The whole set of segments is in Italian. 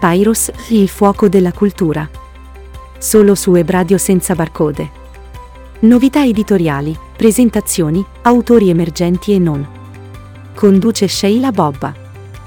Papyrus, il fuoco della cultura. Solo su Web Radio senza barcode. Novità editoriali, presentazioni, autori emergenti e non. Conduce Sheila Bobba.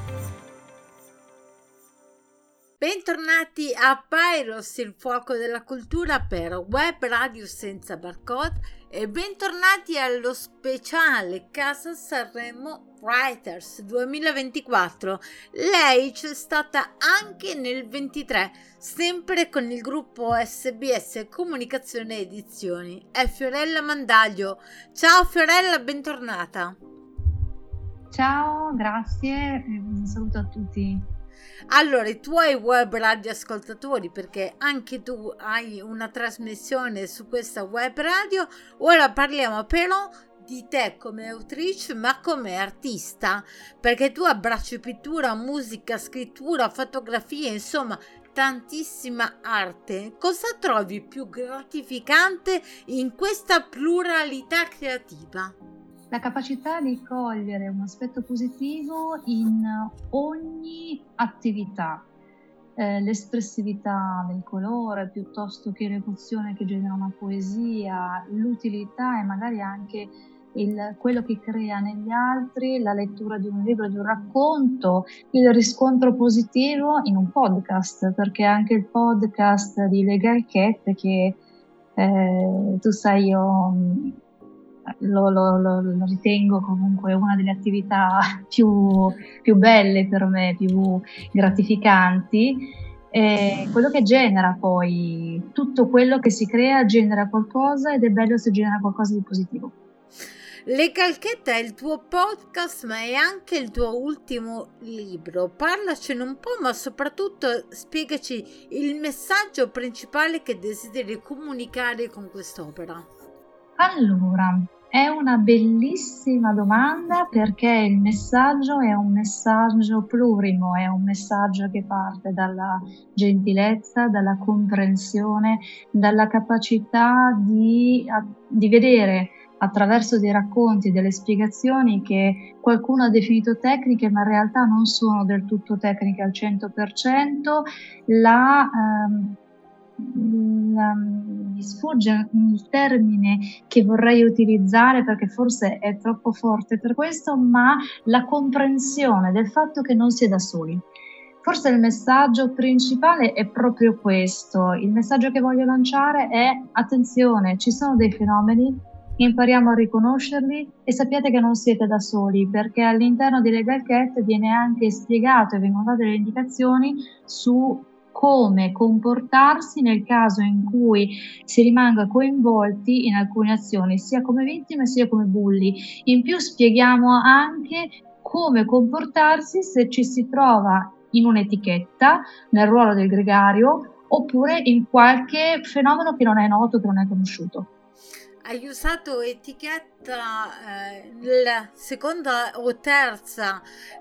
Bentornati a Papyrus, il fuoco della cultura per Web Radio senza barcode e bentornati allo speciale Casa Sanremo Writers 2024. Lei c'è stata anche nel 23, sempre con il gruppo SBS Comunicazione Edizioni. È Fiorella Mandaglio. Ciao Fiorella, bentornata. Ciao, grazie, un saluto a tutti. Allora, i tuoi web radio ascoltatori, perché anche tu hai una trasmissione su questa web radio, ora parliamo però di te come autrice ma come artista, perché tu abbracci pittura, musica, scrittura, fotografia, insomma tantissima arte. Cosa trovi più gratificante in questa pluralità creativa? La capacità di cogliere un aspetto positivo in ogni attività, l'espressività del colore piuttosto che l'emozione che genera una poesia, l'utilità e magari anche quello che crea negli altri, la lettura di un libro, di un racconto, il riscontro positivo in un podcast, perché anche il podcast di Legal Cat che tu sai io lo ritengo comunque una delle attività più belle per me, più gratificanti. Quello che genera poi, tutto quello che si crea genera qualcosa ed è bello se genera qualcosa di positivo. Legal Cat è il tuo podcast ma è anche il tuo ultimo libro. Parlacene un po', ma soprattutto spiegaci il messaggio principale che desideri comunicare con quest'opera. Allora, è una bellissima domanda perché il messaggio è un messaggio plurimo, è un messaggio che parte dalla gentilezza, dalla comprensione, dalla capacità di vedere attraverso dei racconti, delle spiegazioni che qualcuno ha definito tecniche ma in realtà non sono del tutto tecniche al 100%, mi sfugge il termine che vorrei utilizzare perché forse è troppo forte per questo, ma la comprensione del fatto che non si è da soli. Forse il messaggio principale è proprio questo. Il messaggio che voglio lanciare è: attenzione, ci sono dei fenomeni, impariamo a riconoscerli e sappiate che non siete da soli, perché all'interno di Legal Cat viene anche spiegato e vengono date delle indicazioni su come comportarsi nel caso in cui si rimanga coinvolti in alcune azioni, sia come vittime sia come bulli. In più spieghiamo anche come comportarsi se ci si trova in un'etichetta, nel ruolo del gregario, oppure in qualche fenomeno che non è noto, che non è conosciuto. Hai usato etichetta nella seconda o terza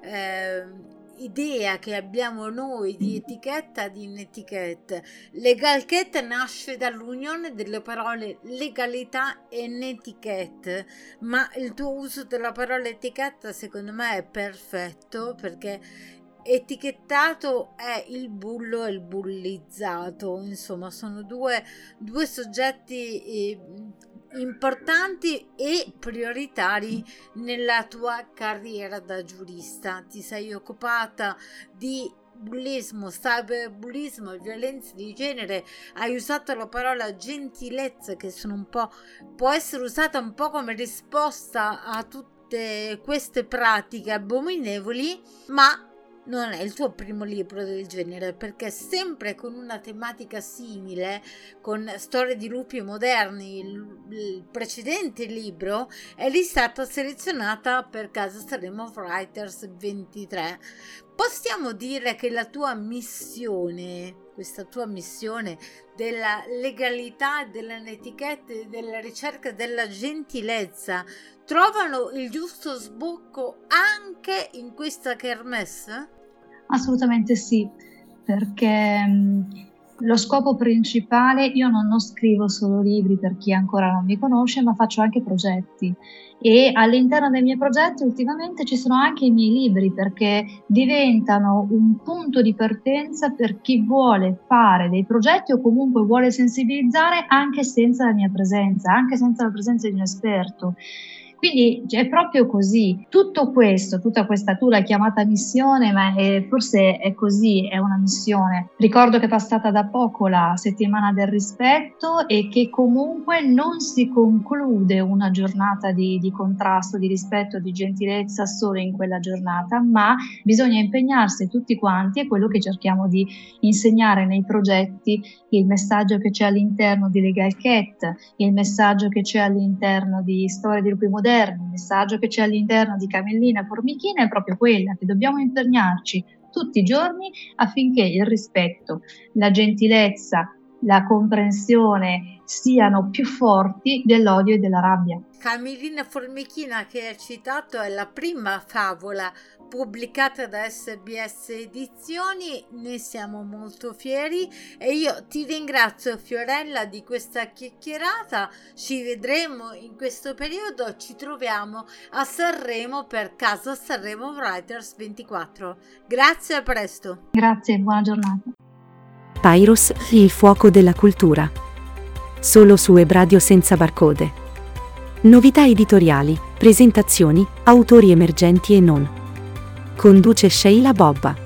idea che abbiamo noi di etichetta di netiquette. Legal Cat nasce dall'unione delle parole legalità e netiquette, ma il tuo uso della parola etichetta secondo me è perfetto, perché etichettato è il bullo e il bullizzato, insomma sono due soggetti importanti e prioritari nella tua carriera da giurista. Ti sei occupata di bullismo, cyberbullismo e violenza di genere, hai usato la parola gentilezza che sono un po', può essere usata un po' come risposta a tutte queste pratiche abominevoli, ma non è il tuo primo libro del genere, perché sempre con una tematica simile, con storie di lupi moderni, il precedente libro, eri stata selezionata per Casa Sanremo Writers 23. Possiamo dire che la tua missione, questa tua missione della legalità, della netiquette, della ricerca della gentilezza, trovano il giusto sbocco anche in questa kermesse? Assolutamente sì, perché Lo scopo principale, io non scrivo solo libri per chi ancora non mi conosce, ma faccio anche progetti e all'interno dei miei progetti ultimamente ci sono anche i miei libri perché diventano un punto di partenza per chi vuole fare dei progetti o comunque vuole sensibilizzare anche senza la mia presenza, anche senza la presenza di un esperto. Quindi è proprio così, tutto questo, tutta questa, tu l'hai chiamata missione, ma forse è così, è una missione. Ricordo che è passata da poco la settimana del rispetto e che comunque non si conclude una giornata di contrasto, di rispetto, di gentilezza solo in quella giornata, ma bisogna impegnarsi tutti quanti, è quello che cerchiamo di insegnare nei progetti, il messaggio che c'è all'interno di Legal Cat, il messaggio che c'è all'interno di Storia di Lupi Moderni, il messaggio che c'è all'interno di Camellina e Formichina è proprio quella che dobbiamo impegnarci tutti i giorni affinché il rispetto, la gentilezza, la comprensione siano più forti dell'odio e della rabbia. Camellina e Formichina che hai citato è la prima favola pubblicata da SBS Edizioni, ne siamo molto fieri e io ti ringrazio Fiorella di questa chiacchierata. Ci vedremo in questo periodo, ci troviamo a Sanremo per Casa Sanremo Writers 24. Grazie, a presto. Grazie, buona giornata. Pairos, il fuoco della cultura. Solo su Web Radio senza barcode. Novità editoriali, presentazioni, autori emergenti e non. Conduce Sheila Bobba.